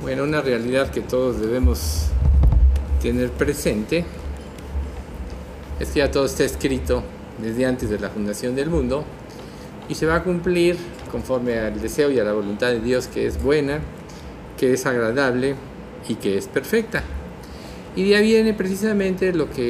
Bueno, una realidad que todos debemos tener presente es que ya todo está escrito desde antes de la fundación del mundo y se va a cumplir conforme al deseo y a la voluntad de Dios, que es buena, que es agradable y que es perfecta. Y de ahí viene precisamente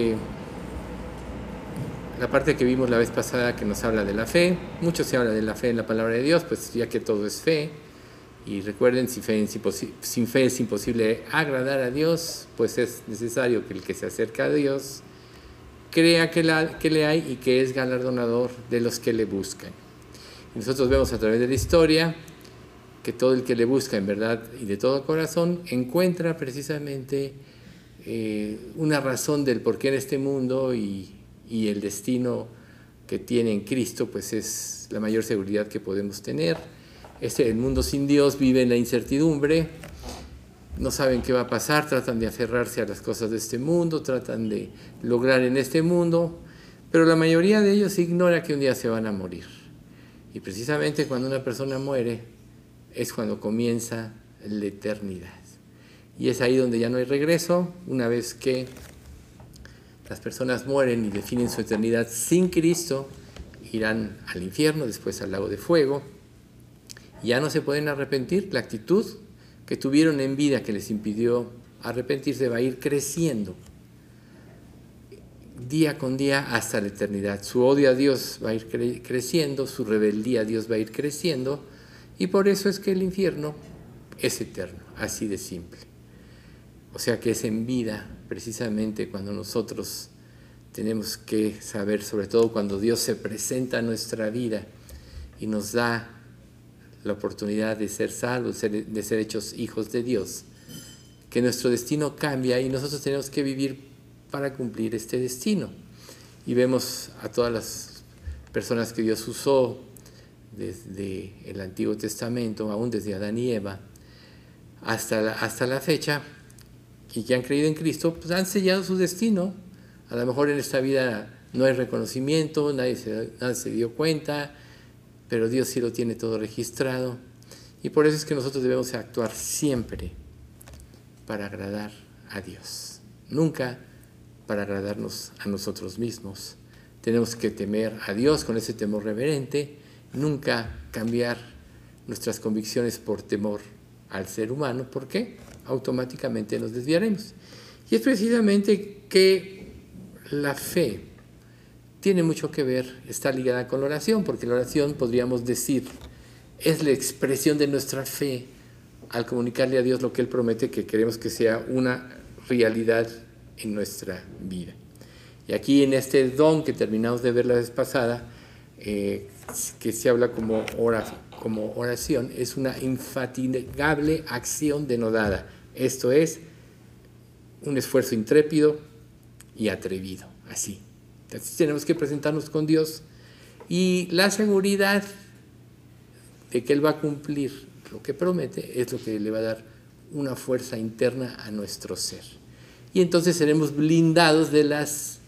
la parte que vimos la vez pasada, que nos habla de la fe. Mucho se habla de la fe en la palabra de Dios, pues ya que todo es fe. Y recuerden, sin fe es imposible agradar a Dios, pues es necesario que el que se acerca a Dios crea que le hay y que es galardonador de los que le buscan. Y nosotros vemos a través de la historia que todo el que le busca en verdad y de todo corazón encuentra precisamente una razón del porqué en este mundo, y el destino que tiene en Cristo, pues es la mayor seguridad que podemos tener. El mundo sin Dios vive en la incertidumbre, no saben qué va a pasar, tratan de aferrarse a las cosas de este mundo, tratan de lograr en este mundo, pero la mayoría de ellos ignora que un día se van a morir. Y precisamente cuando una persona muere es cuando comienza la eternidad. Y es ahí donde ya no hay regreso. Una vez que las personas mueren y definen su eternidad sin Cristo, irán al infierno, después al lago de fuego. Ya no se pueden arrepentir. La actitud que tuvieron en vida que les impidió arrepentirse va a ir creciendo día con día hasta la eternidad. Su odio a Dios va a ir creciendo, su rebeldía a Dios va a ir creciendo, y por eso es que el infierno es eterno, así de simple. O sea que es en vida precisamente cuando nosotros tenemos que saber, sobre todo cuando Dios se presenta a nuestra vida y nos da la oportunidad de ser salvos, de ser hechos hijos de Dios, que nuestro destino cambia y nosotros tenemos que vivir para cumplir este destino. Y vemos a todas las personas que Dios usó desde el Antiguo Testamento, aún desde Adán y Eva, hasta la fecha, y que han creído en Cristo, pues han sellado su destino. A lo mejor en esta vida no hay reconocimiento, nadie se dio cuenta, pero Dios sí lo tiene todo registrado. Y por eso es que nosotros debemos actuar siempre para agradar a Dios, nunca para agradarnos a nosotros mismos. Tenemos que temer a Dios con ese temor reverente, nunca cambiar nuestras convicciones por temor al ser humano, porque automáticamente nos desviaremos. Y es precisamente que la fe tiene mucho que ver, está ligada con la oración, porque la oración, podríamos decir, es la expresión de nuestra fe al comunicarle a Dios lo que Él promete que queremos que sea una realidad en nuestra vida. Y aquí en este don que terminamos de ver la vez pasada, que se habla como oración, es una infatigable acción denodada. Esto es un esfuerzo intrépido y atrevido, así. Entonces tenemos que presentarnos con Dios y la seguridad de que Él va a cumplir lo que promete es lo que le va a dar una fuerza interna a nuestro ser. Y entonces seremos blindados de las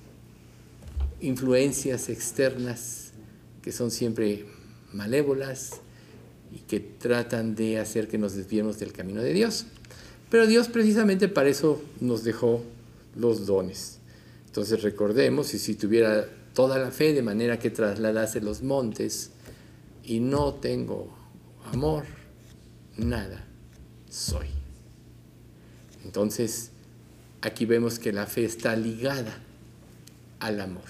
influencias externas que son siempre malévolas y que tratan de hacer que nos desviemos del camino de Dios. Pero Dios precisamente para eso nos dejó los dones. Entonces recordemos, y si tuviera toda la fe de manera que trasladase los montes y no tengo amor, nada soy. Entonces aquí vemos que la fe está ligada al amor.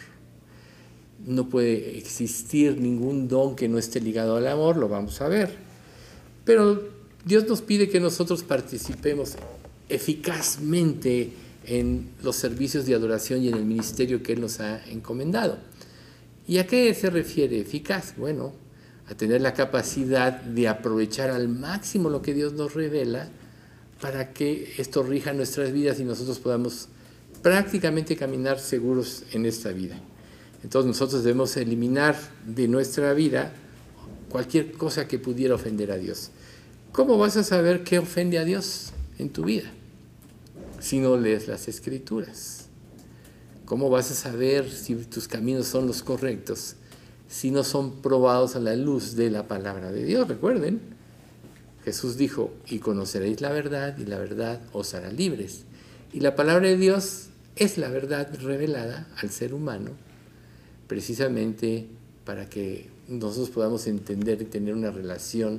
No puede existir ningún don que no esté ligado al amor, lo vamos a ver. Pero Dios nos pide que nosotros participemos eficazmente en los servicios de adoración y en el ministerio que Él nos ha encomendado. ¿Y a qué se refiere eficaz? Bueno, a tener la capacidad de aprovechar al máximo lo que Dios nos revela para que esto rija nuestras vidas y nosotros podamos prácticamente caminar seguros en esta vida. Entonces nosotros debemos eliminar de nuestra vida cualquier cosa que pudiera ofender a Dios. ¿Cómo vas a saber qué ofende a Dios en tu vida si no lees las Escrituras? ¿Cómo vas a saber si tus caminos son los correctos si no son probados a la luz de la palabra de Dios? Recuerden, Jesús dijo, y conoceréis la verdad, y la verdad os hará libres. Y la palabra de Dios es la verdad revelada al ser humano, precisamente para que nosotros podamos entender y tener una relación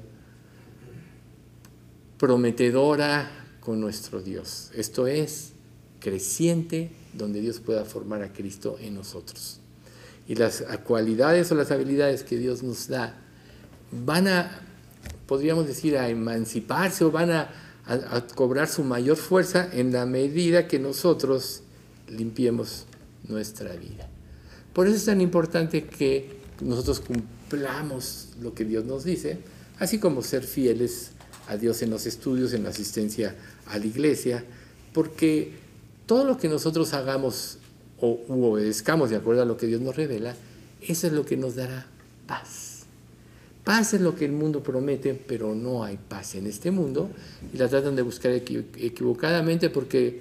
prometedora con nuestro Dios. Esto es, creciente, donde Dios pueda formar a Cristo en nosotros. Y las cualidades o las habilidades que Dios nos da van a, podríamos decir, a emanciparse o van a cobrar su mayor fuerza en la medida que nosotros limpiemos nuestra vida. Por eso es tan importante que nosotros cumplamos lo que Dios nos dice, así como ser fieles a Dios en los estudios, en la asistencia a la iglesia, porque todo lo que nosotros hagamos o obedezcamos de acuerdo a lo que Dios nos revela, eso es lo que nos dará paz. Paz es lo que el mundo promete, pero no hay paz en este mundo y la tratan de buscar equivocadamente, porque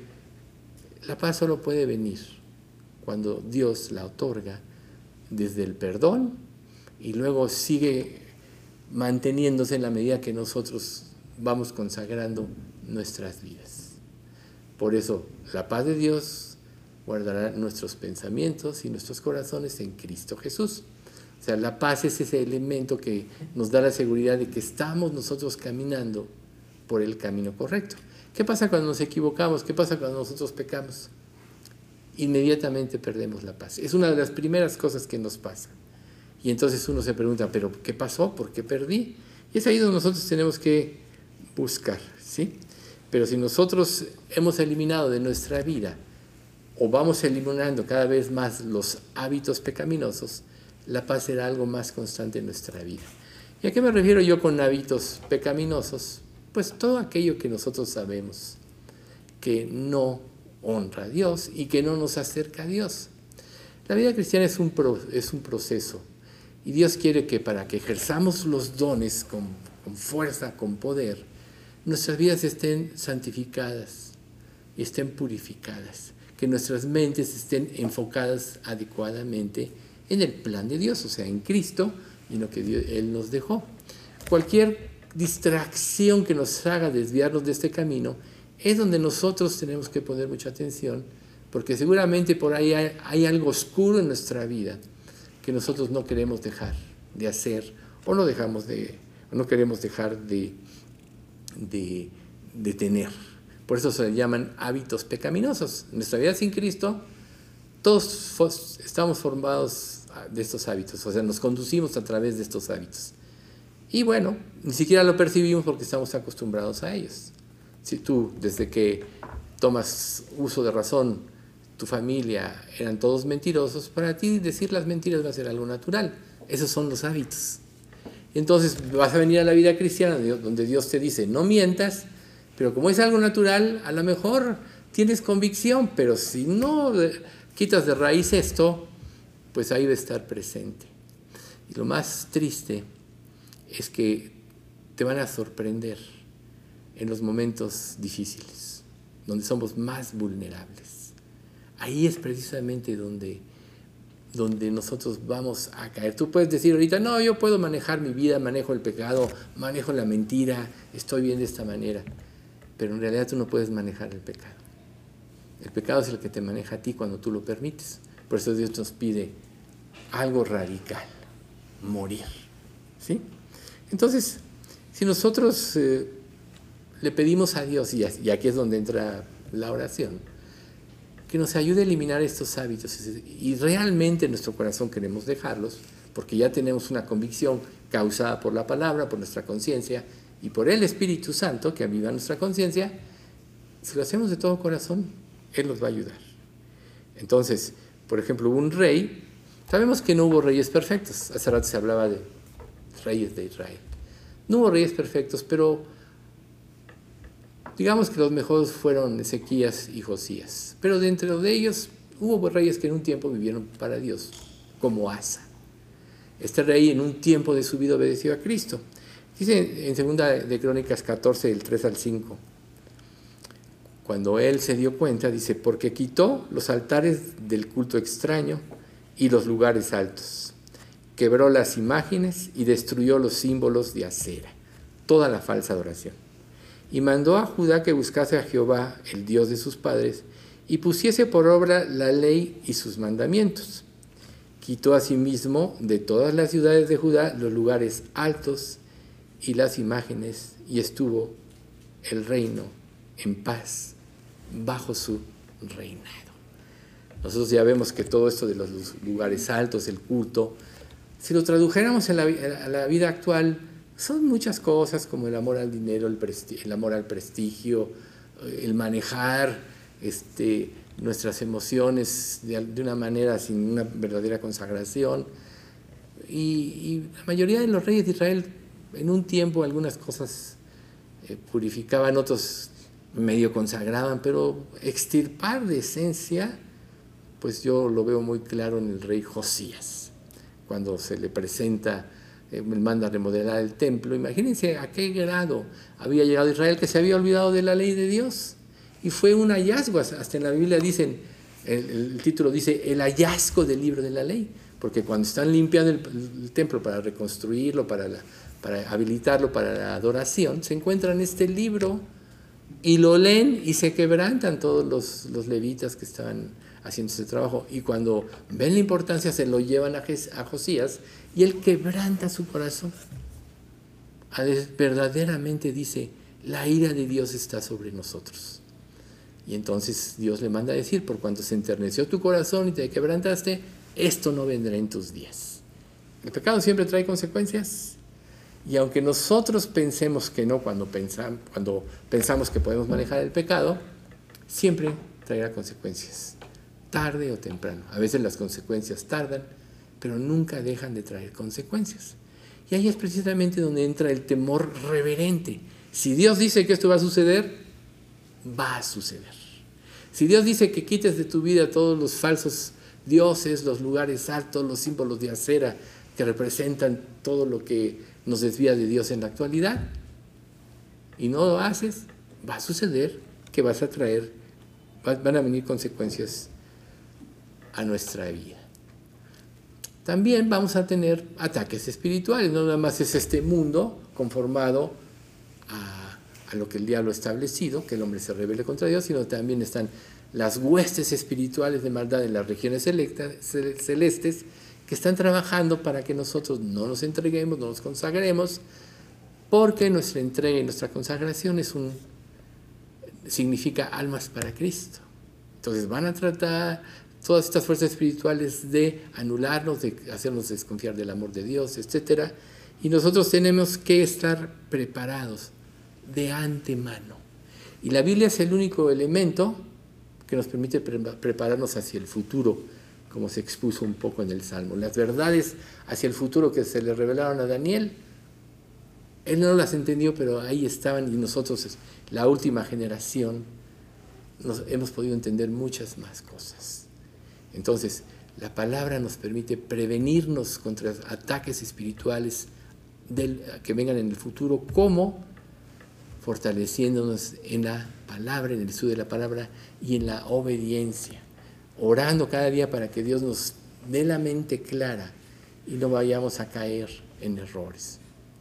la paz solo puede venir cuando Dios la otorga desde el perdón y luego sigue manteniéndose en la medida que nosotros vamos consagrando nuestras vidas. Por eso, la paz de Dios guardará nuestros pensamientos y nuestros corazones en Cristo Jesús. O sea, la paz es ese elemento que nos da la seguridad de que estamos nosotros caminando por el camino correcto. ¿Qué pasa cuando nos equivocamos? ¿Qué pasa cuando nosotros pecamos? Inmediatamente perdemos la paz. Es una de las primeras cosas que nos pasa. Y entonces uno se pregunta, ¿pero qué pasó? ¿Por qué perdí? Y es ahí donde nosotros tenemos que buscar, ¿sí? Pero si nosotros hemos eliminado de nuestra vida o vamos eliminando cada vez más los hábitos pecaminosos, la paz será algo más constante en nuestra vida. ¿Y a qué me refiero yo con hábitos pecaminosos? Pues todo aquello que nosotros sabemos que no honra a Dios y que no nos acerca a Dios. La vida cristiana es un proceso, y Dios quiere que para que ejerzamos los dones con fuerza, con poder, nuestras vidas estén santificadas y estén purificadas, que nuestras mentes estén enfocadas adecuadamente en el plan de Dios, o sea, en Cristo y en lo que Él nos dejó. Cualquier distracción que nos haga desviarnos de este camino es donde nosotros tenemos que poner mucha atención, porque seguramente por ahí hay algo oscuro en nuestra vida que nosotros no queremos dejar de hacer o no queremos dejar de tener. Por eso se llaman hábitos pecaminosos. En nuestra vida sin Cristo, todos estamos formados de estos hábitos, o sea, nos conducimos a través de estos hábitos. Y bueno, ni siquiera lo percibimos porque estamos acostumbrados a ellos. Si tú, desde que tomas uso de razón, tu familia eran todos mentirosos, para ti decir las mentiras va a ser algo natural. Esos son los hábitos. Entonces vas a venir a la vida cristiana donde Dios te dice, no mientas, pero como es algo natural, a lo mejor tienes convicción, pero si no quitas de raíz esto, pues ahí va a estar presente. Y lo más triste es que te van a sorprender en los momentos difíciles, donde somos más vulnerables. Ahí es precisamente donde nosotros vamos a caer. Tú puedes decir ahorita, no, yo puedo manejar mi vida, manejo el pecado, manejo la mentira, estoy bien de esta manera. Pero en realidad tú no puedes manejar el pecado. El pecado es el que te maneja a ti cuando tú lo permites. Por eso Dios nos pide algo radical, morir, ¿sí? Entonces, si nosotros le pedimos a Dios, y aquí es donde entra la oración, que nos ayude a eliminar estos hábitos, y realmente en nuestro corazón queremos dejarlos, porque ya tenemos una convicción causada por la palabra, por nuestra conciencia, y por el Espíritu Santo que aviva nuestra conciencia, si lo hacemos de todo corazón, Él nos va a ayudar. Entonces, por ejemplo, un rey, sabemos que no hubo reyes perfectos, hace rato se hablaba de reyes de Israel. No hubo reyes perfectos, pero digamos que los mejores fueron Ezequías y Josías. Pero dentro de ellos hubo reyes que en un tiempo vivieron para Dios, como Asa. Este rey en un tiempo de su vida obedeció a Cristo. Dice en 2 de Crónicas 14, del 3 al 5, cuando él se dio cuenta, dice, porque quitó los altares del culto extraño y los lugares altos, quebró las imágenes y destruyó los símbolos de acera. toda la falsa adoración. Y mandó a Judá que buscase a Jehová, el Dios de sus padres, y pusiese por obra la ley y sus mandamientos. Quitó asimismo de todas las ciudades de Judá los lugares altos y las imágenes, y estuvo el reino en paz bajo su reinado. Nosotros ya vemos que todo esto de los lugares altos, el culto, si lo tradujéramos a la vida actual, son muchas cosas como el amor al dinero, el amor al prestigio, el manejar nuestras emociones de una manera sin una verdadera consagración. Y la mayoría de los reyes de Israel, en un tiempo algunas cosas purificaban, otros medio consagraban, pero extirpar de esencia, pues yo lo veo muy claro en el rey Josías, cuando se le presenta, manda a remodelar el templo. Imagínense a qué grado había llegado Israel, que se había olvidado de la ley de Dios, y fue un hallazgo. Hasta en la Biblia dicen, el título dice, el hallazgo del libro de la ley, porque cuando están limpiando el templo para reconstruirlo, para habilitarlo para la adoración, se encuentran este libro y lo leen y se quebrantan todos los levitas que estaban haciendo ese trabajo, y cuando ven la importancia se lo llevan a Josías, y él quebranta su corazón. Verdaderamente dice, la ira de Dios está sobre nosotros. Y entonces Dios le manda a decir, por cuanto se enterneció tu corazón y te quebrantaste, esto no vendrá en tus días. El pecado siempre trae consecuencias, y aunque nosotros pensemos que no, cuando pensamos que podemos manejar el pecado, siempre traerá consecuencias, tarde o temprano. A veces las consecuencias tardan, pero nunca dejan de traer consecuencias. Y ahí es precisamente donde entra el temor reverente. Si Dios dice que esto va a suceder, va a suceder. Si Dios dice que quites de tu vida todos los falsos dioses, los lugares altos, los símbolos de acera que representan todo lo que nos desvía de Dios en la actualidad, y no lo haces, va a suceder que van a venir consecuencias a nuestra vida. También vamos a tener ataques espirituales. No nada más es este mundo conformado a lo que el diablo ha establecido, que el hombre se rebele contra Dios, sino también están las huestes espirituales de maldad en las regiones celestes, que están trabajando para que nosotros no nos entreguemos, no nos consagremos, porque nuestra entrega y nuestra consagración significa almas para Cristo. Entonces van a tratar todas estas fuerzas espirituales de anularnos, de hacernos desconfiar del amor de Dios, etc. Y nosotros tenemos que estar preparados de antemano. Y la Biblia es el único elemento que nos permite prepararnos hacia el futuro, como se expuso un poco en el Salmo. Las verdades hacia el futuro que se le revelaron a Daniel, él no las entendió, pero ahí estaban, y nosotros, la última generación, hemos podido entender muchas más cosas. Entonces, la palabra nos permite prevenirnos contra ataques espirituales que vengan en el futuro, como fortaleciéndonos en la palabra, en el estudio de la palabra y en la obediencia, orando cada día para que Dios nos dé la mente clara y no vayamos a caer en errores.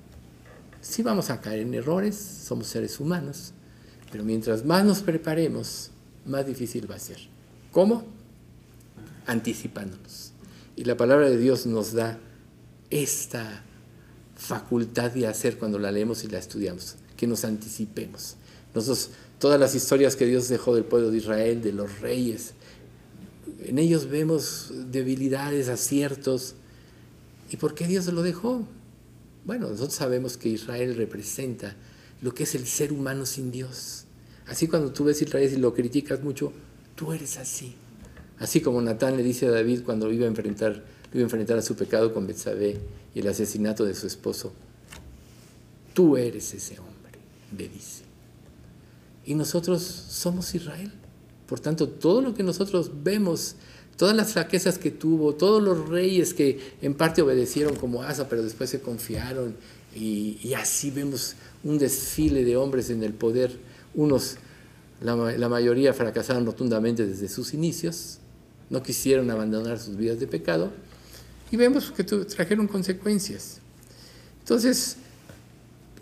Sí vamos a caer en errores, somos seres humanos, pero mientras más nos preparemos, más difícil va a ser. ¿Cómo? Anticipándonos. Y la palabra de Dios nos da esta facultad de hacer cuando la leemos y la estudiamos, que nos anticipemos. Nosotros, todas las historias que Dios dejó del pueblo de Israel, de los reyes, en ellos vemos debilidades, aciertos. ¿Y por qué Dios lo dejó? Bueno, nosotros sabemos que Israel representa lo que es el ser humano sin Dios. Así cuando tú ves a Israel y lo criticas mucho, tú eres así. Así como Natán le dice a David cuando iba a enfrentar a su pecado con Betsabé y el asesinato de su esposo, tú eres ese hombre, le dice. Y nosotros somos Israel. Por tanto, todo lo que nosotros vemos, todas las flaquezas que tuvo, todos los reyes que en parte obedecieron como Asa, pero después se confiaron, y así vemos un desfile de hombres en el poder. Unos, la mayoría fracasaron rotundamente desde sus inicios, no quisieron abandonar sus vidas de pecado, y vemos que trajeron consecuencias. Entonces,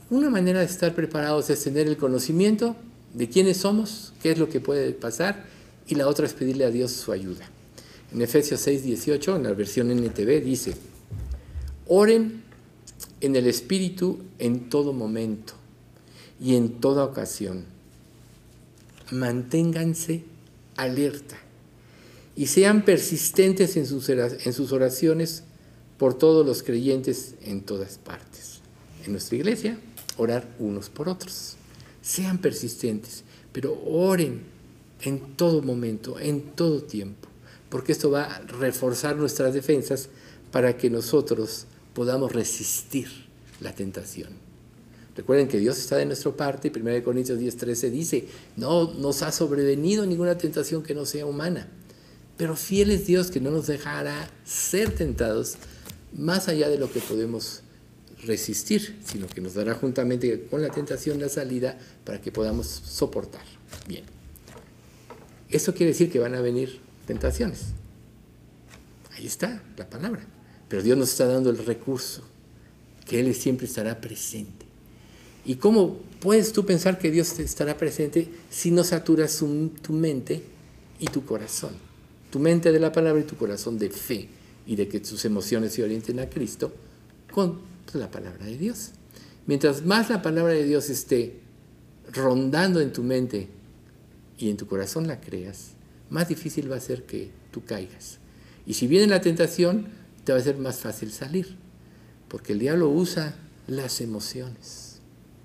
Una manera de estar preparados es tener el conocimiento de quiénes somos, qué es lo que puede pasar, y la otra es pedirle a Dios su ayuda. En Efesios 6:18, en la versión NTV, dice: oren en el Espíritu en todo momento y en toda ocasión. Manténganse alerta y sean persistentes en sus oraciones por todos los creyentes en todas partes. En nuestra iglesia, orar unos por otros. Sean persistentes, pero oren en todo momento, en todo tiempo, porque esto va a reforzar nuestras defensas para que nosotros podamos resistir la tentación. Recuerden que Dios está de nuestra parte, y 1 Corintios 10:13 dice: no nos ha sobrevenido ninguna tentación que no sea humana, pero fiel es Dios, que no nos dejará ser tentados más allá de lo que podemos resistir, sino que nos dará juntamente con la tentación la salida para que podamos soportar. Bien, eso quiere decir que van a venir tentaciones. Ahí está la palabra. Pero Dios nos está dando el recurso, que Él siempre estará presente. ¿Y cómo puedes tú pensar que Dios estará presente si no saturas tu mente y tu corazón? Tu mente de la palabra y tu corazón de fe, y de que tus emociones se orienten a Cristo con la palabra de Dios. Mientras más la palabra de Dios esté rondando en tu mente y en tu corazón la creas, más difícil va a ser que tú caigas. Y si viene la tentación, te va a ser más fácil salir, porque el diablo usa las emociones.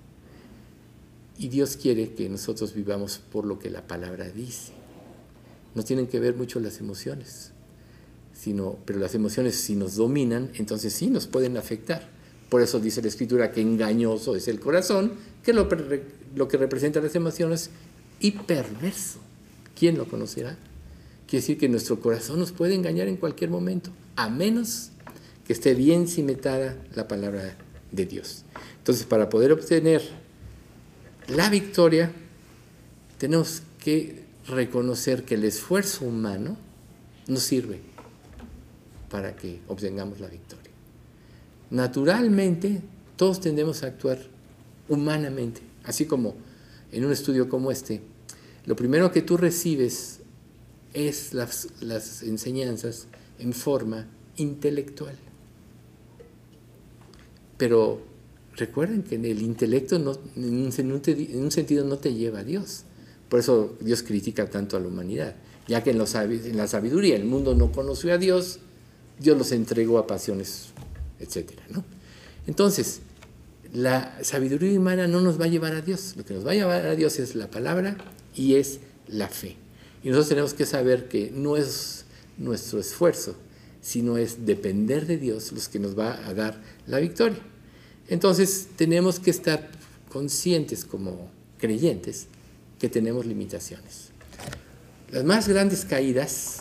Y Dios quiere que nosotros vivamos por lo que la palabra dice. No tienen que ver mucho las emociones, pero las emociones, si nos dominan, entonces sí nos pueden afectar. Por eso dice la Escritura que engañoso es el corazón, que lo que representa las emociones, y perverso. ¿Quién lo conocerá? Quiere decir que nuestro corazón nos puede engañar en cualquier momento, a menos que esté bien cimentada la palabra de Dios. Entonces, para poder obtener la victoria, tenemos que reconocer que el esfuerzo humano no sirve para que obtengamos la victoria. Naturalmente, todos tendemos a actuar humanamente, así como en un estudio como este. Lo primero que tú recibes es las enseñanzas en forma intelectual. Pero recuerden que el intelecto en un sentido no te lleva a Dios. Por eso Dios critica tanto a la humanidad, ya que en la sabiduría el mundo no conoció a Dios, Dios los entregó a pasiones, etcétera, ¿no? Entonces, la sabiduría humana no nos va a llevar a Dios. Lo que nos va a llevar a Dios es la palabra y es la fe. Y nosotros tenemos que saber que no es nuestro esfuerzo, sino es depender de Dios los que nos va a dar la victoria. Entonces, tenemos que estar conscientes como creyentes que tenemos limitaciones. Las más grandes caídas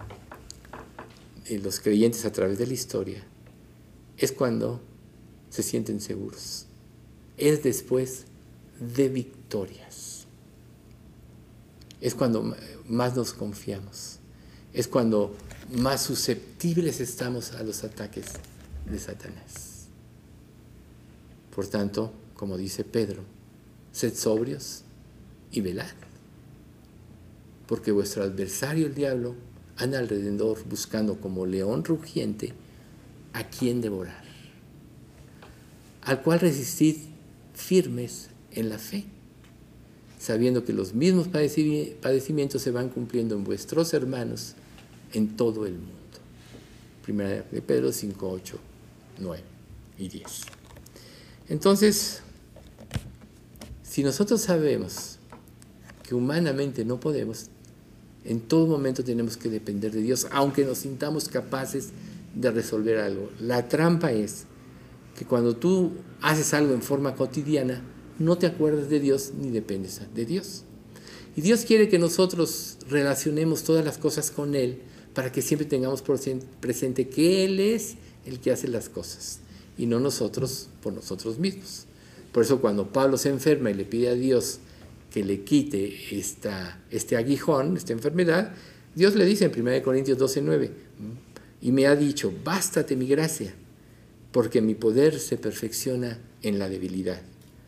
de los creyentes a través de la historia es cuando se sienten seguros. Es después de victorias. Es cuando más nos confiamos. Es cuando más susceptibles estamos a los ataques de Satanás. Por tanto, como dice Pedro, sed sobrios y velad, porque vuestro adversario el diablo anda alrededor buscando como león rugiente a quien devorar, al cual resistid firmes en la fe, sabiendo que los mismos padecimientos se van cumpliendo en vuestros hermanos en todo el mundo. Primera de Pedro 5, 8, 9 y 10. Entonces, si nosotros sabemos que humanamente no podemos, en todo momento tenemos que depender de Dios, aunque nos sintamos capaces de resolver algo. La trampa es que cuando tú haces algo en forma cotidiana, no te acuerdas de Dios ni dependes de Dios. Y Dios quiere que nosotros relacionemos todas las cosas con Él para que siempre tengamos presente que Él es el que hace las cosas y no nosotros por nosotros mismos. Por eso cuando Pablo se enferma y le pide a Dios que le quite este aguijón, esta enfermedad, Dios le dice en 1 Corintios 12:9, y me ha dicho, bástate mi gracia, porque mi poder se perfecciona en la debilidad.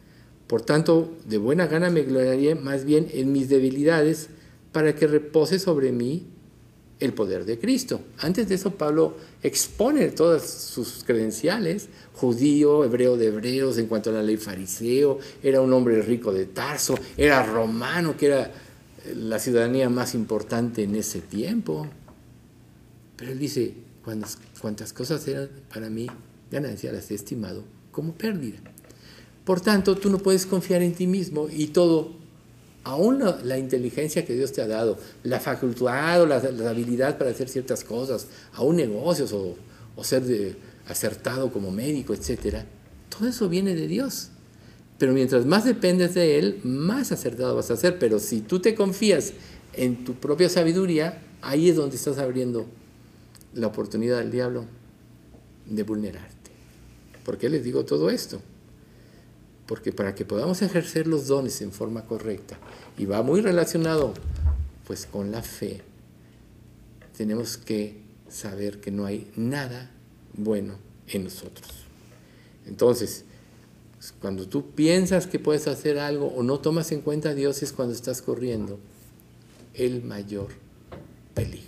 Por tanto, de buena gana me gloriaré más bien en mis debilidades para que repose sobre mí el poder de Cristo. Antes de eso, Pablo expone todas sus credenciales: judío, hebreo de hebreos, en cuanto a la ley fariseo, era un hombre rico de Tarso, era romano, que era la ciudadanía más importante en ese tiempo. Pero él dice: cuantas cosas eran para mí ganancia, las he estimado como pérdida. Por tanto, tú no puedes confiar en ti mismo, y todo, aún la inteligencia que Dios te ha dado, la facultad o la habilidad para hacer ciertas cosas, aún negocios o ser acertado como médico, etc., todo eso viene de Dios. Pero mientras más dependes de Él, más acertado vas a ser. Pero si tú te confías en tu propia sabiduría, ahí es donde estás abriendo la oportunidad del diablo de vulnerarte. ¿Por qué les digo todo esto? Porque para que podamos ejercer los dones en forma correcta, y va muy relacionado pues con la fe, tenemos que saber que no hay nada bueno en nosotros. Entonces, cuando tú piensas que puedes hacer algo o no tomas en cuenta a Dios, es cuando estás corriendo el mayor peligro.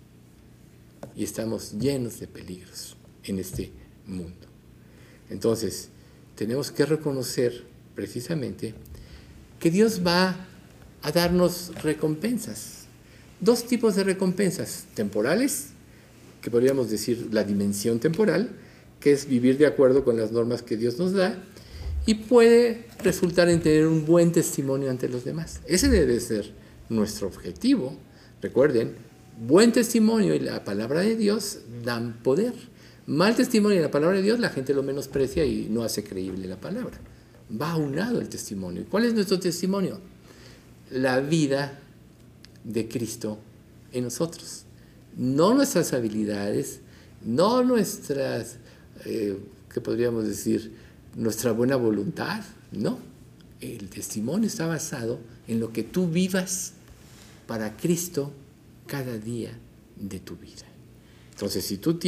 Y estamos llenos de peligros en este mundo. Entonces, tenemos que reconocer precisamente que Dios va a darnos recompensas. Dos tipos de recompensas: temporales, que podríamos decir la dimensión temporal, que es vivir de acuerdo con las normas que Dios nos da, y puede resultar en tener un buen testimonio ante los demás. Ese debe ser nuestro objetivo. Recuerden, buen testimonio y la palabra de Dios dan poder. Mal testimonio y la palabra de Dios, la gente lo menosprecia y no hace creíble la palabra. Va aunado el testimonio. ¿Y cuál es nuestro testimonio? La vida de Cristo en nosotros. No nuestras habilidades, no nuestras, ¿qué podríamos decir? Nuestra buena voluntad, no. El testimonio está basado en lo que tú vivas para Cristo cada día de tu vida. Entonces, si tú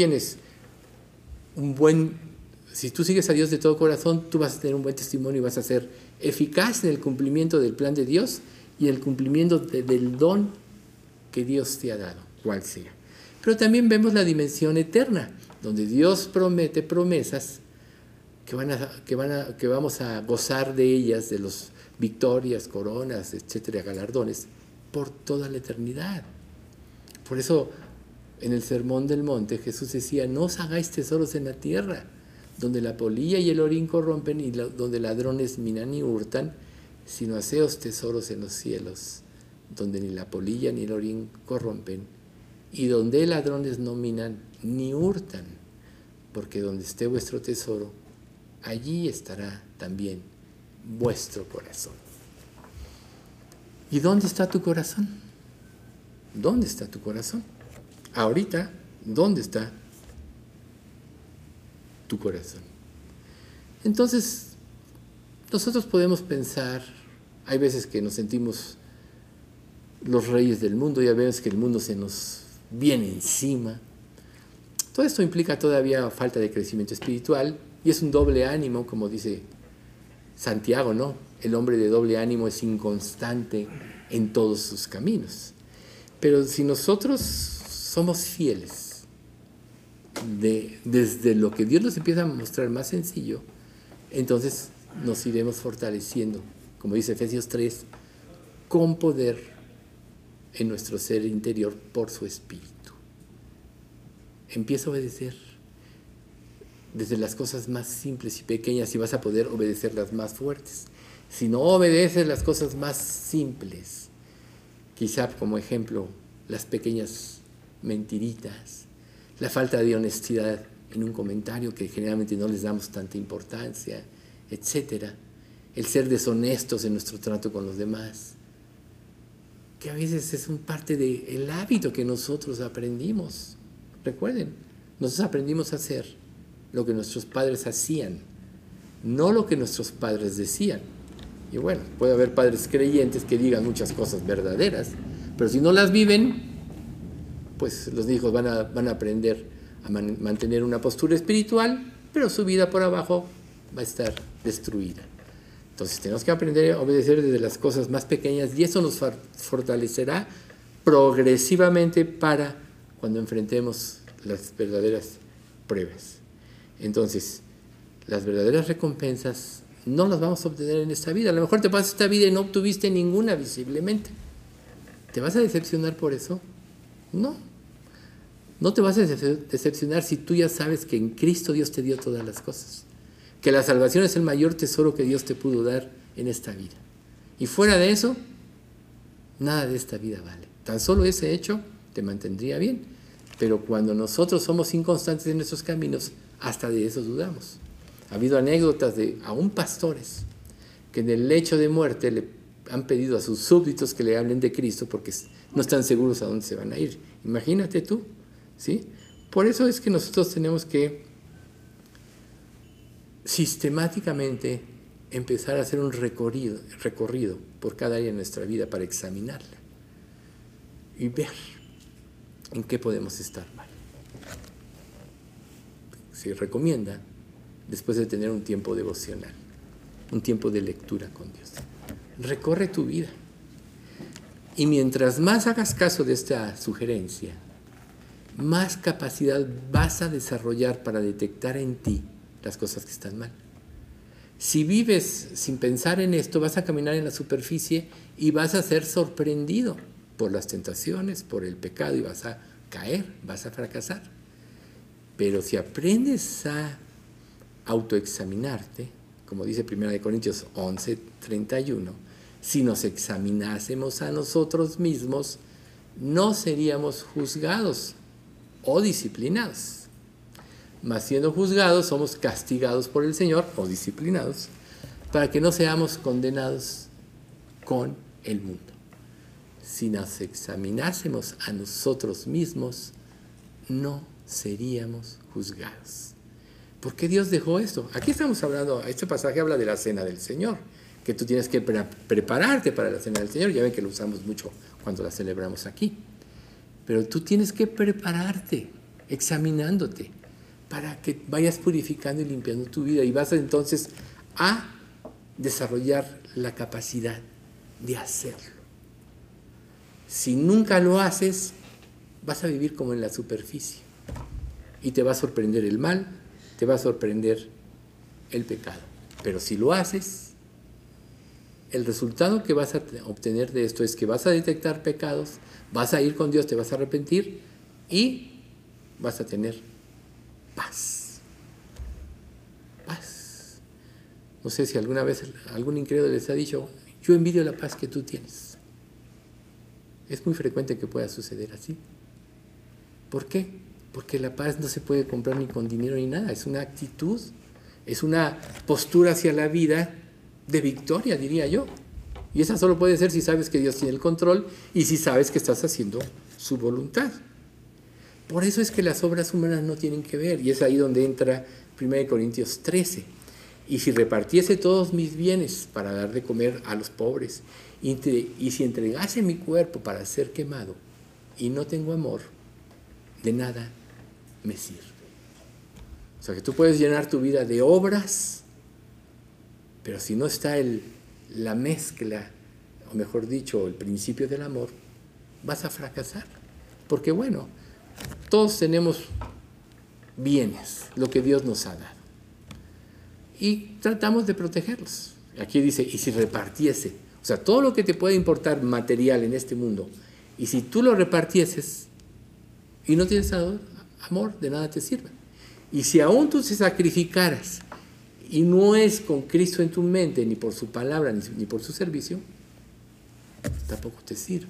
sigues a Dios de todo corazón, tú vas a tener un buen testimonio y vas a ser eficaz en el cumplimiento del plan de Dios y el cumplimiento del don que Dios te ha dado, cual sea. Pero también vemos la dimensión eterna, donde Dios promete promesas que vamos a gozar de ellas, de las victorias, coronas, etcétera, galardones, por toda la eternidad. Por eso, en el Sermón del Monte, Jesús decía: no os hagáis tesoros en la tierra, donde la polilla y el orín corrompen y donde ladrones minan y hurtan, sino haceos tesoros en los cielos, donde ni la polilla ni el orín corrompen, y donde ladrones no minan ni hurtan, porque donde esté vuestro tesoro, allí estará también vuestro corazón. ¿Y dónde está tu corazón? ¿Dónde está tu corazón? Ahorita, ¿dónde está tu corazón? Entonces, nosotros podemos pensar, hay veces que nos sentimos los reyes del mundo, y hay veces que el mundo se nos viene encima. Todo esto implica todavía falta de crecimiento espiritual, y es un doble ánimo, como dice Santiago, ¿no? El hombre de doble ánimo es inconstante en todos sus caminos. Pero si nosotros somos fieles desde lo que Dios nos empieza a mostrar más sencillo, entonces nos iremos fortaleciendo, como dice Efesios 3, con poder en nuestro ser interior por su Espíritu. Empieza a obedecer desde las cosas más simples y pequeñas, y vas a poder obedecer las más fuertes. Si no obedeces las cosas más simples, quizá como ejemplo, las pequeñas mentiritas, la falta de honestidad en un comentario que generalmente no les damos tanta importancia, etcétera, el ser deshonestos en nuestro trato con los demás, que a veces es un parte del hábito que nosotros aprendimos. Recuerden, nosotros aprendimos a hacer lo que nuestros padres hacían, no lo que nuestros padres decían. Y bueno, puede haber padres creyentes que digan muchas cosas verdaderas, pero si no las viven, pues los hijos van a aprender a mantener una postura espiritual, pero su vida por abajo va a estar destruida. Entonces tenemos que aprender a obedecer desde las cosas más pequeñas y eso nos fortalecerá progresivamente para cuando enfrentemos las verdaderas pruebas. Entonces, las verdaderas recompensas no las vamos a obtener en esta vida. A lo mejor te pasas esta vida y no obtuviste ninguna visiblemente. ¿Te vas a decepcionar por eso? No. No te vas a decepcionar si tú ya sabes que en Cristo Dios te dio todas las cosas. Que la salvación es el mayor tesoro que Dios te pudo dar en esta vida. Y fuera de eso, nada de esta vida vale. Tan solo ese hecho te mantendría bien. Pero cuando nosotros somos inconstantes en nuestros caminos, hasta de eso dudamos. Ha habido anécdotas de aún pastores que en el lecho de muerte le han pedido a sus súbditos que le hablen de Cristo porque no están seguros a dónde se van a ir. Imagínate tú, ¿sí? Por eso es que nosotros tenemos que sistemáticamente empezar a hacer un recorrido por cada área de nuestra vida para examinarla y ver en qué podemos estar mal. Se recomienda después de tener un tiempo devocional, un tiempo de lectura con Dios. Recorre tu vida y mientras más hagas caso de esta sugerencia, más capacidad vas a desarrollar para detectar en ti las cosas que están mal. Si vives sin pensar en esto, vas a caminar en la superficie y vas a ser sorprendido por las tentaciones, por el pecado y vas a caer, vas a fracasar. Pero si aprendes a autoexaminarte, como dice 1 Corintios 11:31, si nos examinásemos a nosotros mismos, no seríamos juzgados o disciplinados. Mas siendo juzgados, somos castigados por el Señor o disciplinados para que no seamos condenados con el mundo. Si nos examinásemos a nosotros mismos, no seríamos juzgados. ¿Por qué Dios dejó esto? Aquí estamos hablando, este pasaje habla de la cena del Señor, que tú tienes que prepararte para la cena del Señor. Ya ven que lo usamos mucho cuando la celebramos aquí. Pero tú tienes que prepararte, examinándote, para que vayas purificando y limpiando tu vida y vas entonces a desarrollar la capacidad de hacerlo. Si nunca lo haces, vas a vivir como en la superficie y te va a sorprender el mal, te va a sorprender el pecado. Pero si lo haces, el resultado que vas a obtener de esto es que vas a detectar pecados, vas a ir con Dios, te vas a arrepentir y vas a tener paz. Paz. No sé si alguna vez algún incrédulo les ha dicho, yo envidio la paz que tú tienes. Es muy frecuente que pueda suceder así. ¿Por qué? Porque la paz no se puede comprar ni con dinero ni nada. Es una actitud, es una postura hacia la vida de victoria, diría yo. Y esa solo puede ser si sabes que Dios tiene el control y si sabes que estás haciendo su voluntad. Por eso es que las obras humanas no tienen que ver, y es ahí donde entra 1 Corintios 13. Y si repartiese todos mis bienes para dar de comer a los pobres, y si entregase mi cuerpo para ser quemado, y no tengo amor, de nada me sirve. O sea que tú puedes llenar tu vida de obras, pero si no está la mezcla, o mejor dicho, el principio del amor, vas a fracasar. Porque bueno, todos tenemos bienes, lo que Dios nos ha dado. Y tratamos de protegerlos. Aquí dice, y si repartiese, o sea, todo lo que te puede importar material en este mundo, y si tú lo repartieses y no tienes amor, de nada te sirve. Y si aún tú se sacrificaras y no es con Cristo en tu mente, ni por su palabra, ni por su servicio, tampoco te sirve.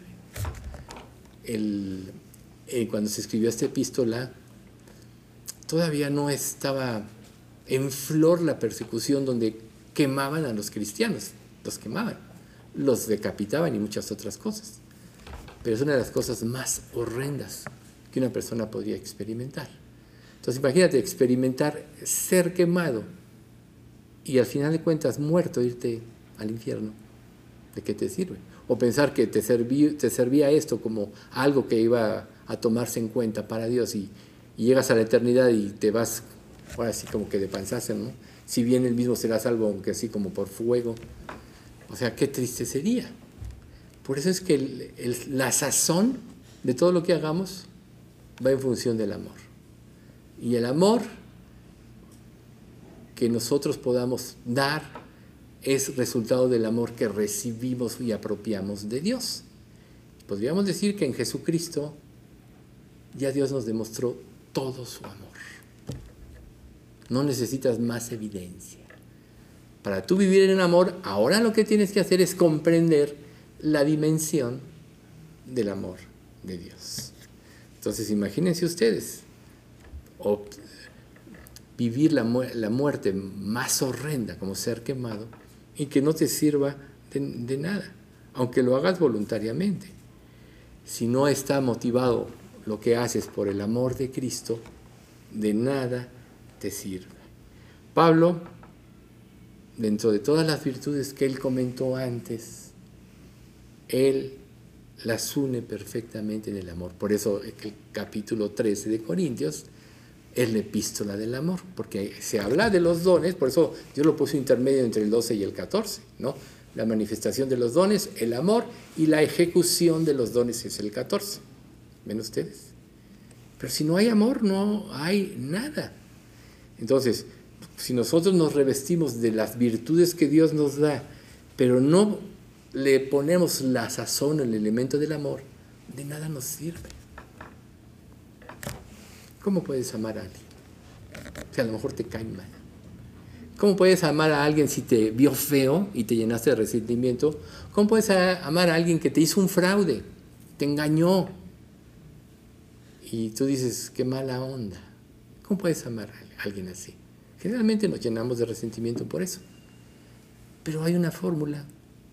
Cuando se escribió esta epístola, todavía no estaba en flor la persecución donde quemaban a los cristianos, los quemaban, los decapitaban y muchas otras cosas. Pero es una de las cosas más horrendas que una persona podría experimentar. Entonces imagínate experimentar ser quemado y al final de cuentas muerto, irte al infierno. ¿De qué te sirve? O pensar que te servía esto como algo que iba a tomarse en cuenta para Dios y llegas a la eternidad y te vas, ahora sí como que de panzazo, ¿no? si bien él mismo será salvo, aunque así como por fuego. O sea, qué triste sería. Por eso es que la sazón de todo lo que hagamos va en función del amor. Y el amor que nosotros podamos dar es resultado del amor que recibimos y apropiamos de Dios. Podríamos decir que en Jesucristo ya Dios nos demostró todo su amor. No necesitas más evidencia. Para tú vivir en amor, ahora lo que tienes que hacer es comprender la dimensión del amor de Dios. Entonces imagínense ustedes, vivir la muerte más horrenda como ser quemado y que no te sirva de nada, aunque lo hagas voluntariamente. Si no está motivado lo que haces por el amor de Cristo, de nada te sirve. Pablo, dentro de todas las virtudes que él comentó antes, él las une perfectamente en el amor. Por eso el capítulo 13 de Corintios es la epístola del amor, porque se habla de los dones, por eso yo lo puse intermedio entre el 12 y el 14, ¿no? La manifestación de los dones, el amor, y la ejecución de los dones es el 14. ¿Ven ustedes? Pero si no hay amor, no hay nada. Entonces, si nosotros nos revestimos de las virtudes que Dios nos da, pero no le ponemos la sazón, el elemento del amor, de nada nos sirve. ¿Cómo puedes amar a alguien? Si a lo mejor te cae mal. ¿Cómo puedes amar a alguien si te vio feo y te llenaste de resentimiento? ¿Cómo puedes amar a alguien que te hizo un fraude, te engañó? Y tú dices, qué mala onda. ¿Cómo puedes amar a alguien así? Generalmente nos llenamos de resentimiento por eso. Pero hay una fórmula.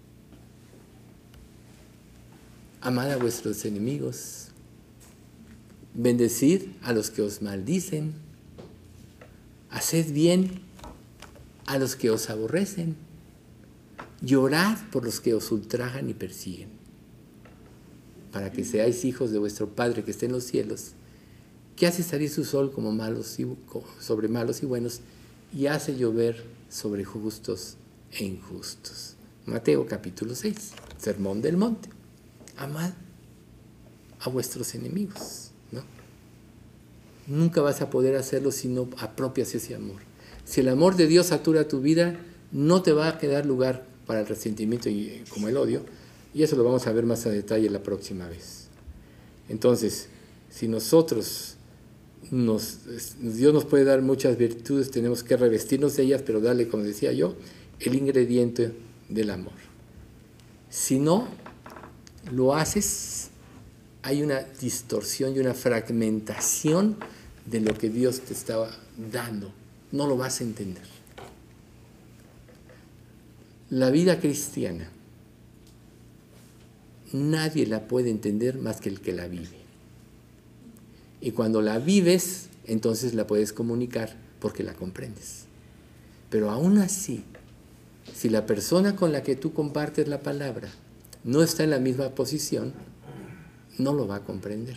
Amad a vuestros enemigos. Bendecid a los que os maldicen. Haced bien a los que os aborrecen. Llorad por los que os ultrajan y persiguen, para que seáis hijos de vuestro Padre que está en los cielos, que hace salir su sol sobre malos y buenos, y hace llover sobre justos e injustos. Mateo capítulo 6, Sermón del Monte. Amad a vuestros enemigos, ¿no? Nunca vas a poder hacerlo si no apropias ese amor. Si el amor de Dios satura tu vida, no te va a quedar lugar para el resentimiento como el odio, y eso lo vamos a ver más a detalle la próxima vez. Entonces, si nosotros, Dios nos puede dar muchas virtudes, tenemos que revestirnos de ellas, pero darle, como decía yo, el ingrediente del amor. Si no lo haces, hay una distorsión y una fragmentación de lo que Dios te estaba dando. No lo vas a entender. La vida cristiana, nadie la puede entender más que el que la vive. Y cuando la vives, entonces la puedes comunicar porque la comprendes. Pero aún así, si la persona con la que tú compartes la palabra no está en la misma posición, no lo va a comprender.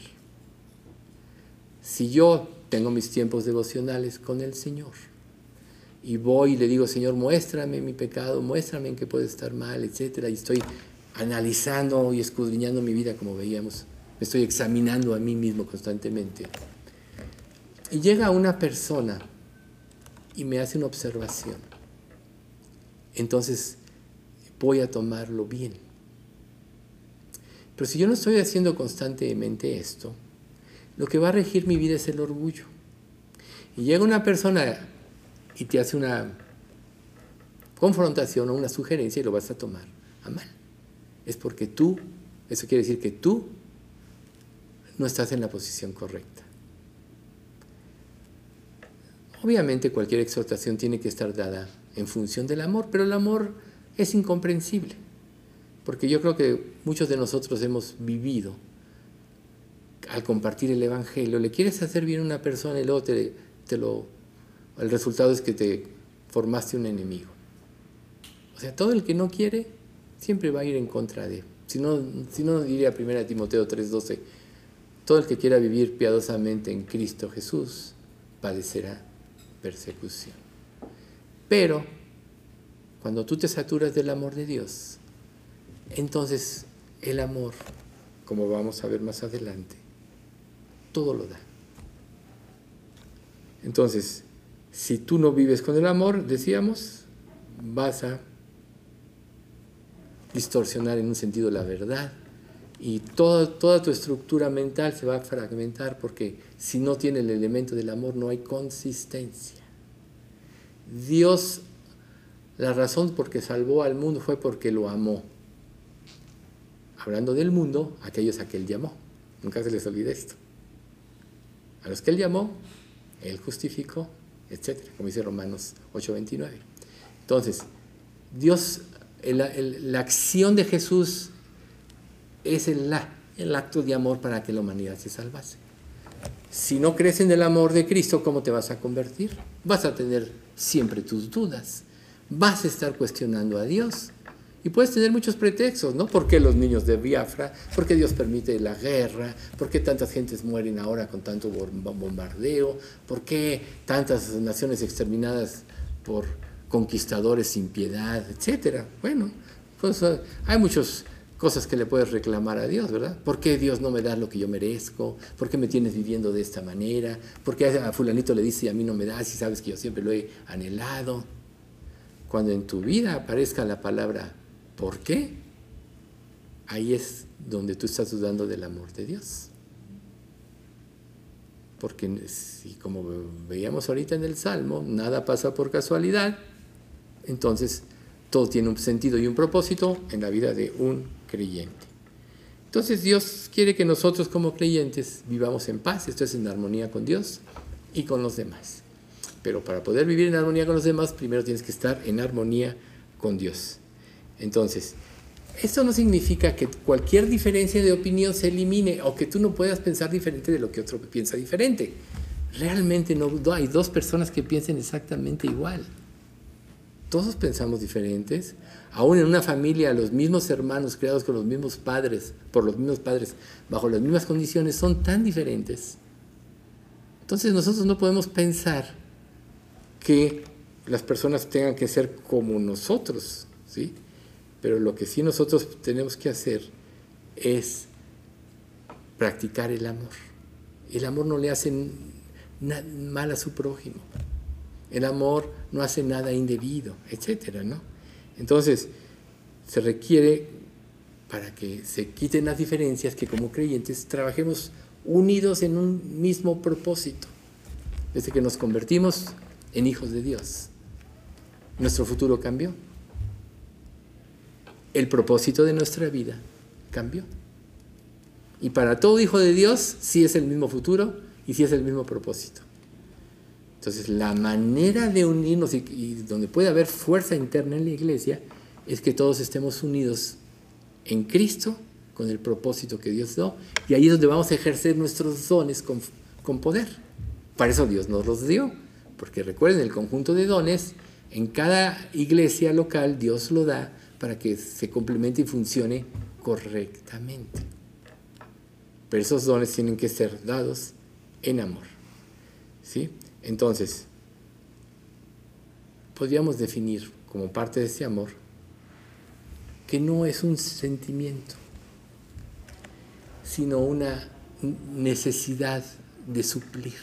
Si yo tengo mis tiempos devocionales con el Señor y voy y le digo, Señor, muéstrame mi pecado, muéstrame en qué puedo estar mal, etcétera, y estoy analizando y escudriñando mi vida, como veíamos, me estoy examinando a mí mismo constantemente. Y llega una persona y me hace una observación. Entonces voy a tomarlo bien. Pero si yo no estoy haciendo constantemente esto, lo que va a regir mi vida es el orgullo. Y llega una persona y te hace una confrontación o una sugerencia y lo vas a tomar a mal. Es porque eso quiere decir que tú no estás en la posición correcta. Obviamente cualquier exhortación tiene que estar dada en función del amor, pero el amor es incomprensible, porque yo creo que muchos de nosotros hemos vivido, al compartir el Evangelio, le quieres hacer bien a una persona y luego el resultado es que te formaste un enemigo. O sea, todo el que no quiere siempre va a ir en contra de. Si no diría 1 Timoteo 3:12, todo el que quiera vivir piadosamente en Cristo Jesús padecerá persecución. Pero cuando tú te saturas del amor de Dios, entonces el amor, como vamos a ver más adelante, todo lo da. Entonces, si tú no vives con el amor, decíamos, vas a distorsionar en un sentido la verdad y toda tu estructura mental se va a fragmentar, porque si no tiene el elemento del amor no hay consistencia. Dios, la razón por que salvó al mundo fue porque lo amó. Hablando del mundo, aquellos a que Él llamó. Nunca se les olvide esto. A los que Él llamó, Él justificó, etc., como dice Romanos 8:29. Entonces, Dios, la acción de Jesús es el acto de amor para que la humanidad se salvase. Si no crees en el amor de Cristo, ¿cómo te vas a convertir? Vas a tener siempre tus dudas, vas a estar cuestionando a Dios y puedes tener muchos pretextos, ¿no? ¿Por qué los niños de Biafra? ¿Por qué Dios permite la guerra? ¿Por qué tantas gentes mueren ahora con tanto bombardeo? ¿Por qué tantas naciones exterminadas por conquistadores sin piedad, etcétera? Bueno, pues hay muchas cosas que le puedes reclamar a Dios, ¿verdad? ¿Por qué Dios no me da lo que yo merezco? ¿Por qué me tienes viviendo de esta manera? ¿Por qué a fulanito le dice y a mí no me das y sabes que yo siempre lo he anhelado? Cuando en tu vida aparezca la palabra ¿por qué? Ahí es donde tú estás dudando del amor de Dios. Porque si, como veíamos ahorita en el Salmo, nada pasa por casualidad, entonces todo tiene un sentido y un propósito en la vida de un creyente. Entonces Dios quiere que nosotros como creyentes vivamos en paz, esto es en armonía con Dios y con los demás. Pero para poder vivir en armonía con los demás, primero tienes que estar en armonía con Dios. Entonces, esto no significa que cualquier diferencia de opinión se elimine o que tú no puedas pensar diferente de lo que otro piensa diferente. Realmente no hay dos personas que piensen exactamente igual. Todos pensamos diferentes. Aún en una familia, los mismos hermanos creados con los mismos padres, por los mismos padres, bajo las mismas condiciones, son tan diferentes. Entonces nosotros no podemos pensar que las personas tengan que ser como nosotros, ¿sí? Pero lo que sí nosotros tenemos que hacer es practicar el amor. El amor no le hace mal a su prójimo. El amor no hace nada indebido, etcétera, ¿no? Entonces, se requiere, para que se quiten las diferencias, que como creyentes trabajemos unidos en un mismo propósito. Desde que nos convertimos en hijos de Dios, nuestro futuro cambió. El propósito de nuestra vida cambió. Y para todo hijo de Dios, sí es el mismo futuro y sí es el mismo propósito. Entonces, la manera de unirnos y donde puede haber fuerza interna en la iglesia es que todos estemos unidos en Cristo con el propósito que Dios dio, y ahí es donde vamos a ejercer nuestros dones con poder. Para eso Dios nos los dio, porque recuerden, el conjunto de dones en cada iglesia local Dios lo da para que se complemente y funcione correctamente. Pero esos dones tienen que ser dados en amor, ¿sí? Entonces, podríamos definir como parte de ese amor que no es un sentimiento, sino una necesidad de suplir.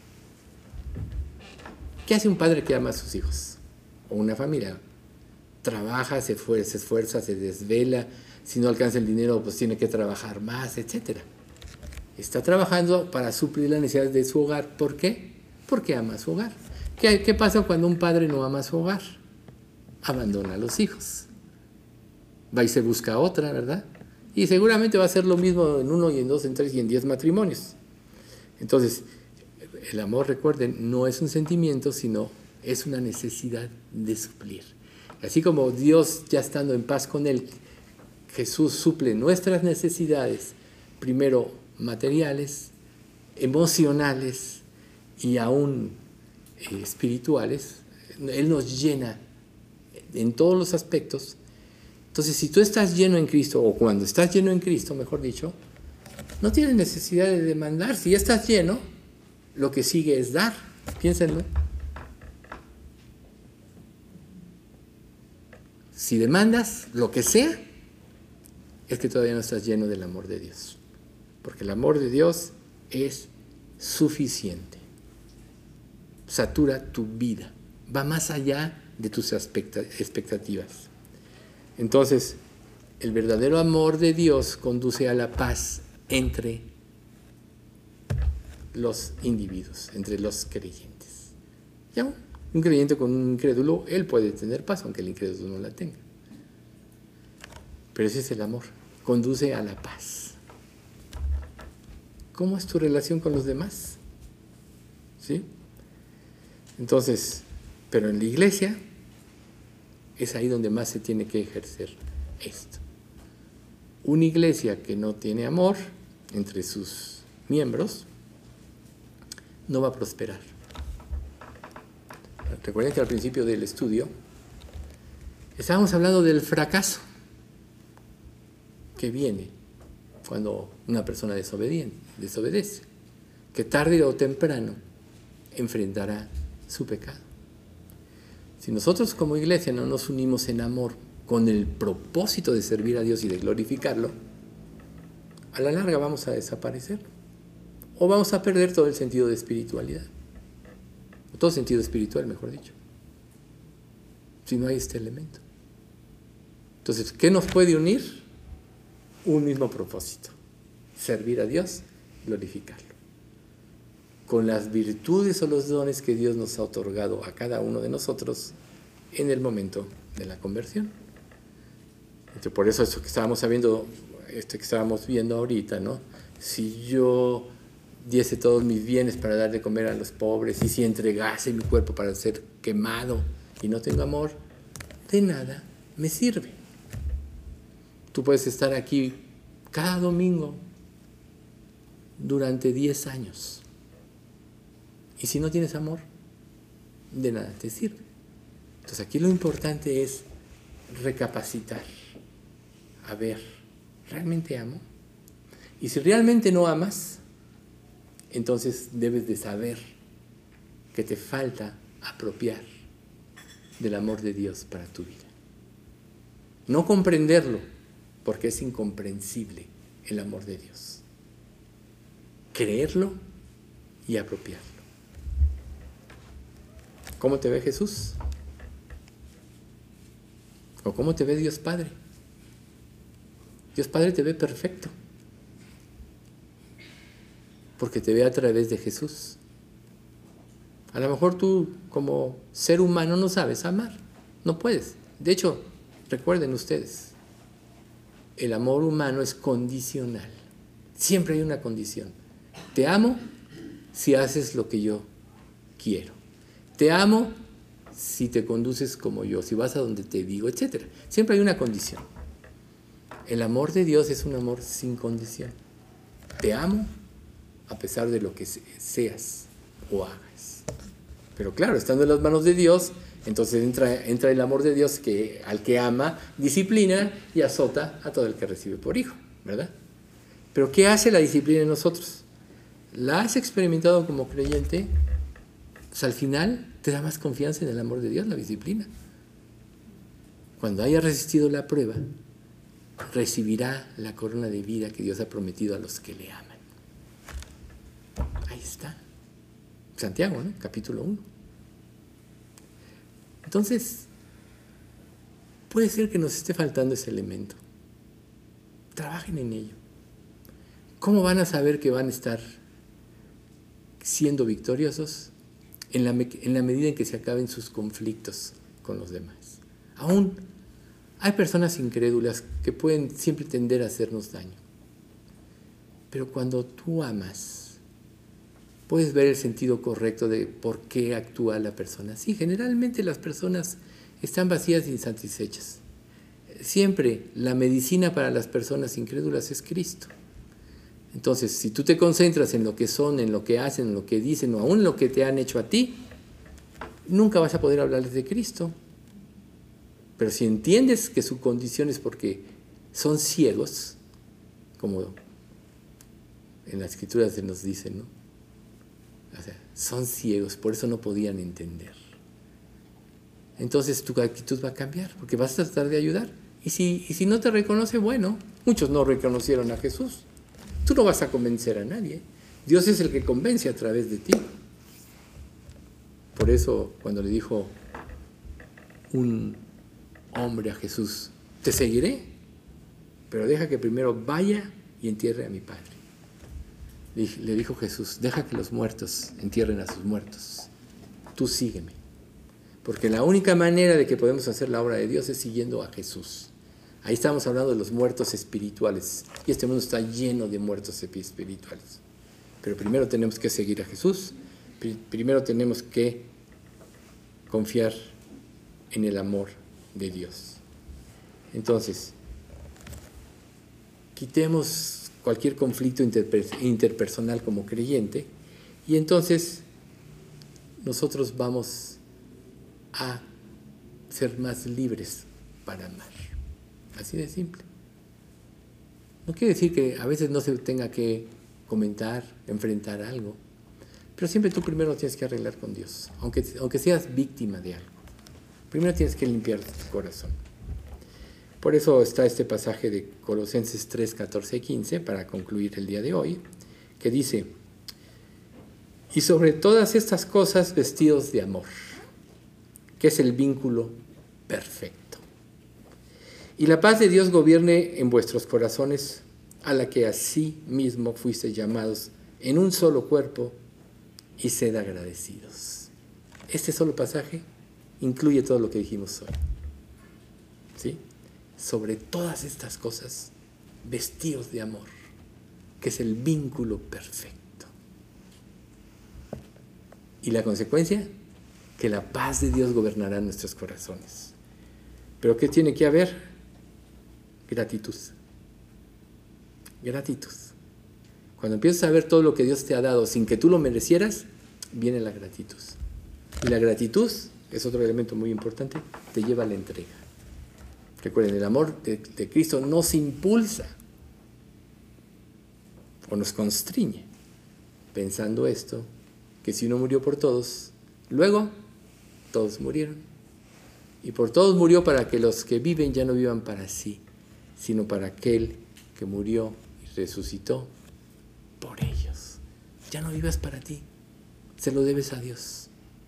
¿Qué hace un padre que ama a sus hijos? O una familia. Trabaja, se esfuerza, se desvela. Si no alcanza el dinero, pues tiene que trabajar más, etc. Está trabajando para suplir las necesidades de su hogar. ¿Por qué? Porque ama su hogar. ¿Qué pasa cuando un padre no ama su hogar? Abandona a los hijos. Va y se busca otra, ¿verdad? Y seguramente va a ser lo mismo en 1 y en 2, en 3 y en 10 matrimonios. Entonces, el amor, recuerden, no es un sentimiento, sino es una necesidad de suplir. Así como Dios, ya estando en paz con Él, Jesús suple nuestras necesidades, primero materiales, emocionales y aún espirituales. Él nos llena en todos los aspectos. Entonces, si tú estás lleno en Cristo, o cuando estás lleno en Cristo, mejor dicho, no tienes necesidad de demandar. Si ya estás lleno, lo que sigue es dar. Piénsenlo. Si demandas lo que sea, es que todavía no estás lleno del amor de Dios. Porque el amor de Dios es suficiente. Satura tu vida. Va más allá de tus expectativas. Entonces, el verdadero amor de Dios conduce a la paz entre los individuos, entre los creyentes. ¿Ya? Un creyente con un incrédulo, él puede tener paz, aunque el incrédulo no la tenga. Pero ese es el amor, conduce a la paz. ¿Cómo es tu relación con los demás? ¿Sí? Entonces, pero en la iglesia es ahí donde más se tiene que ejercer esto. Una iglesia que no tiene amor entre sus miembros no va a prosperar. Recuerden que al principio del estudio estábamos hablando del fracaso que viene cuando una persona desobedece, que tarde o temprano enfrentará su pecado. Si nosotros como iglesia no nos unimos en amor con el propósito de servir a Dios y de glorificarlo, a la larga vamos a desaparecer o vamos a perder todo el sentido de espiritualidad, o todo sentido espiritual, mejor dicho, si no hay este elemento. Entonces, ¿qué nos puede unir? Un mismo propósito: servir a Dios, glorificarlo, con las virtudes o los dones que Dios nos ha otorgado a cada uno de nosotros en el momento de la conversión. Entonces, por eso esto que estábamos viendo ahorita, ¿no? Si yo diese todos mis bienes para dar de comer a los pobres, y si entregase mi cuerpo para ser quemado y no tengo amor, de nada me sirve. Tú puedes estar aquí cada domingo durante 10 años. Y si no tienes amor, de nada te sirve. Entonces aquí lo importante es recapacitar. A ver, ¿realmente amo? Y si realmente no amas, entonces debes de saber que te falta apropiar del amor de Dios para tu vida. No comprenderlo, porque es incomprensible el amor de Dios. Creerlo y apropiarlo. ¿Cómo te ve Jesús? ¿O cómo te ve Dios Padre? Dios Padre te ve perfecto, porque te ve a través de Jesús. A lo mejor tú, como ser humano, no sabes amar, no puedes. De hecho, recuerden ustedes, el amor humano es condicional. Siempre hay una condición. Te amo si haces lo que yo quiero. Te amo si te conduces como yo, si vas a donde te digo, etc. Siempre hay una condición. El amor de Dios es un amor sin condición. Te amo a pesar de lo que seas o hagas. Pero claro, estando en las manos de Dios, entonces entra el amor de Dios, que al que ama, disciplina y azota a todo el que recibe por hijo, ¿verdad? Pero ¿qué hace la disciplina en nosotros? ¿La has experimentado como creyente? Pues al final te da más confianza en el amor de Dios, la disciplina. Cuando haya resistido la prueba, recibirá la corona de vida que Dios ha prometido a los que le aman. Ahí está. Santiago, ¿no? Capítulo 1. Entonces, puede ser que nos esté faltando ese elemento. Trabajen en ello. ¿Cómo van a saber que van a estar siendo victoriosos? En la medida en que se acaben sus conflictos con los demás. Aún hay personas incrédulas que pueden siempre tender a hacernos daño. Pero cuando tú amas, puedes ver el sentido correcto de por qué actúa la persona. Sí, generalmente las personas están vacías e insatisfechas. Siempre la medicina para las personas incrédulas es Cristo. Entonces, si tú te concentras en lo que son, en lo que hacen, en lo que dicen, o aún en lo que te han hecho a ti, nunca vas a poder hablarles de Cristo. Pero si entiendes que su condición es porque son ciegos, como en las Escrituras se nos dice, ¿no? O sea, son ciegos, por eso no podían entender. entonces tu actitud va a cambiar, porque vas a tratar de ayudar. Y si no te reconoce, bueno, muchos no reconocieron a Jesús. Tú no vas a convencer a nadie. Dios es el que convence a través de ti. Por eso, cuando le dijo un hombre a Jesús, te seguiré, pero deja que primero vaya y entierre a mi padre. Le dijo Jesús, deja que los muertos entierren a sus muertos. Tú sígueme. Porque la única manera de que podemos hacer la obra de Dios es siguiendo a Jesús. Ahí estamos hablando de los muertos espirituales. Y este mundo está lleno de muertos espirituales. Pero primero tenemos que seguir a Jesús. Primero tenemos que confiar en el amor de Dios. Entonces, quitemos cualquier conflicto interpersonal como creyente y entonces nosotros vamos a ser más libres para amar. Así de simple. No quiere decir que a veces no se tenga que comentar, enfrentar algo, pero siempre tú primero tienes que arreglar con Dios, aunque seas víctima de algo. Primero tienes que limpiar tu corazón. Por eso está este pasaje de Colosenses 3, 14 y 15, para concluir el día de hoy, que dice, y sobre todas estas cosas vestidos de amor, que es el vínculo perfecto. Y la paz de Dios gobierne en vuestros corazones, a la que así mismo fuisteis llamados en un solo cuerpo, y sed agradecidos. Este solo pasaje incluye todo lo que dijimos hoy. ¿Sí? Sobre todas estas cosas, vestidos de amor, que es el vínculo perfecto. Y la consecuencia, que la paz de Dios gobernará nuestros corazones. ¿Pero qué tiene que haber? Gratitud. Gratitud. Cuando empiezas a ver todo lo que Dios te ha dado sin que tú lo merecieras, viene la gratitud. Y la gratitud, es otro elemento muy importante, te lleva a la entrega. Recuerden, el amor de Cristo nos impulsa o nos constriñe, pensando esto, que si uno murió por todos, luego todos murieron. Y por todos murió para que los que viven ya no vivan para sí, sino para aquel que murió y resucitó por ellos. Ya no vivas para ti, se lo debes a Dios.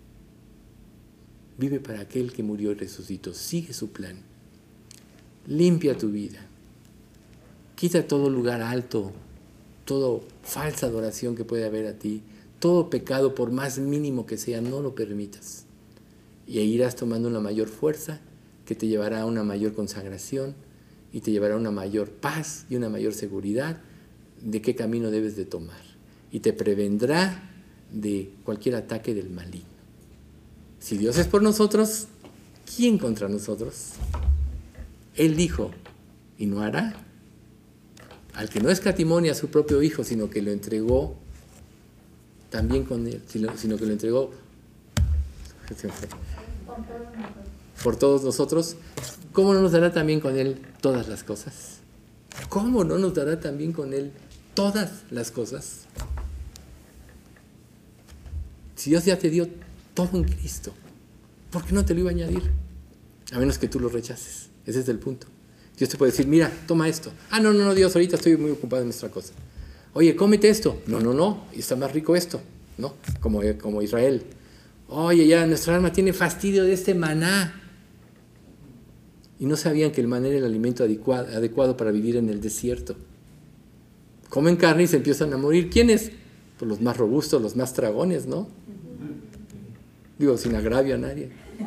Vive para aquel que murió y resucitó, sigue su plan. Limpia tu vida. Quita todo lugar alto, toda falsa adoración que puede haber a ti, todo pecado, por más mínimo que sea, no lo permitas. Y ahí irás tomando una mayor fuerza que te llevará a una mayor consagración y te llevará a una mayor paz y una mayor seguridad de qué camino debes de tomar. Y te prevendrá de cualquier ataque del maligno. Si Dios es por nosotros, ¿quién contra nosotros? Él dijo, y no hará, al que no escatimó a su propio Hijo, sino que lo entregó también con él, sino que lo entregó por todos nosotros, ¿cómo no nos dará también con él todas las cosas? ¿Cómo no nos dará también con él todas las cosas? Si Dios ya te dio todo en Cristo, ¿por qué no te lo iba a añadir? A menos que tú lo rechaces. Ese es el punto. Dios te puede decir, mira, toma esto. Ah, no, Dios, ahorita estoy muy ocupado en nuestra cosa. Oye, cómete esto. No, está más rico esto, ¿no? Como Israel. Oye, ya nuestra alma tiene fastidio de este maná. Y no sabían que el maná era el alimento adecuado para vivir en el desierto. Comen carne y se empiezan a morir. ¿Quiénes? Pues los más robustos, los más dragones, ¿no? Digo, sin agravio a nadie.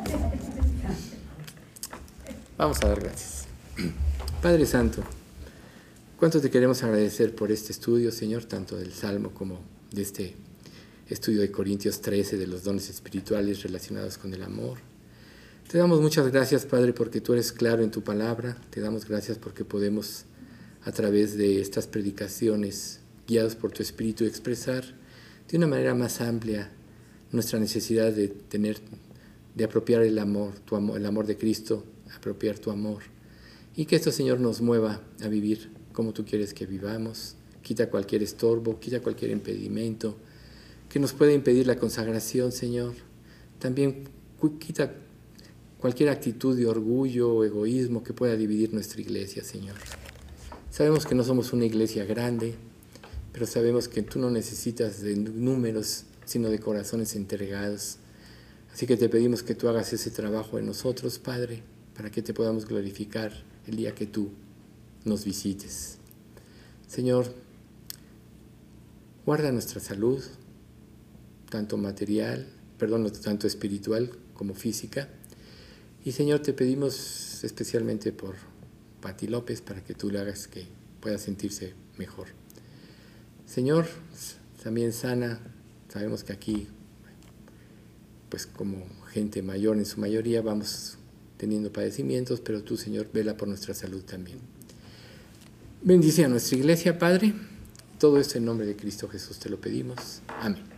Vamos a dar gracias. Padre Santo, cuánto te queremos agradecer por este estudio, Señor, tanto del Salmo como de este estudio de Corintios 13, de los dones espirituales relacionados con el amor. Te damos muchas gracias, Padre, porque tú eres claro en tu palabra. Te damos gracias porque podemos, a través de estas predicaciones, guiados por tu Espíritu, expresar de una manera más amplia nuestra necesidad de apropiar el amor de Cristo, apropiar tu amor. Y que esto, Señor, nos mueva a vivir como tú quieres que vivamos. Quita cualquier estorbo, quita cualquier impedimento que nos pueda impedir la consagración, Señor. También quita cualquier actitud de orgullo o egoísmo que pueda dividir nuestra iglesia, Señor. Sabemos que no somos una iglesia grande, pero sabemos que tú no necesitas de números, sino de corazones entregados. Así que te pedimos que tú hagas ese trabajo en nosotros, Padre, para que te podamos glorificar el día que tú nos visites. Señor, guarda nuestra salud, tanto tanto espiritual como física. Y Señor, te pedimos especialmente por Pati López, para que tú le hagas que pueda sentirse mejor. Señor, también sana. Sabemos que aquí, pues como gente mayor en su mayoría, vamos teniendo padecimientos, pero tú, Señor, vela por nuestra salud también. Bendice a nuestra iglesia, Padre. Todo esto en nombre de Cristo Jesús te lo pedimos. Amén.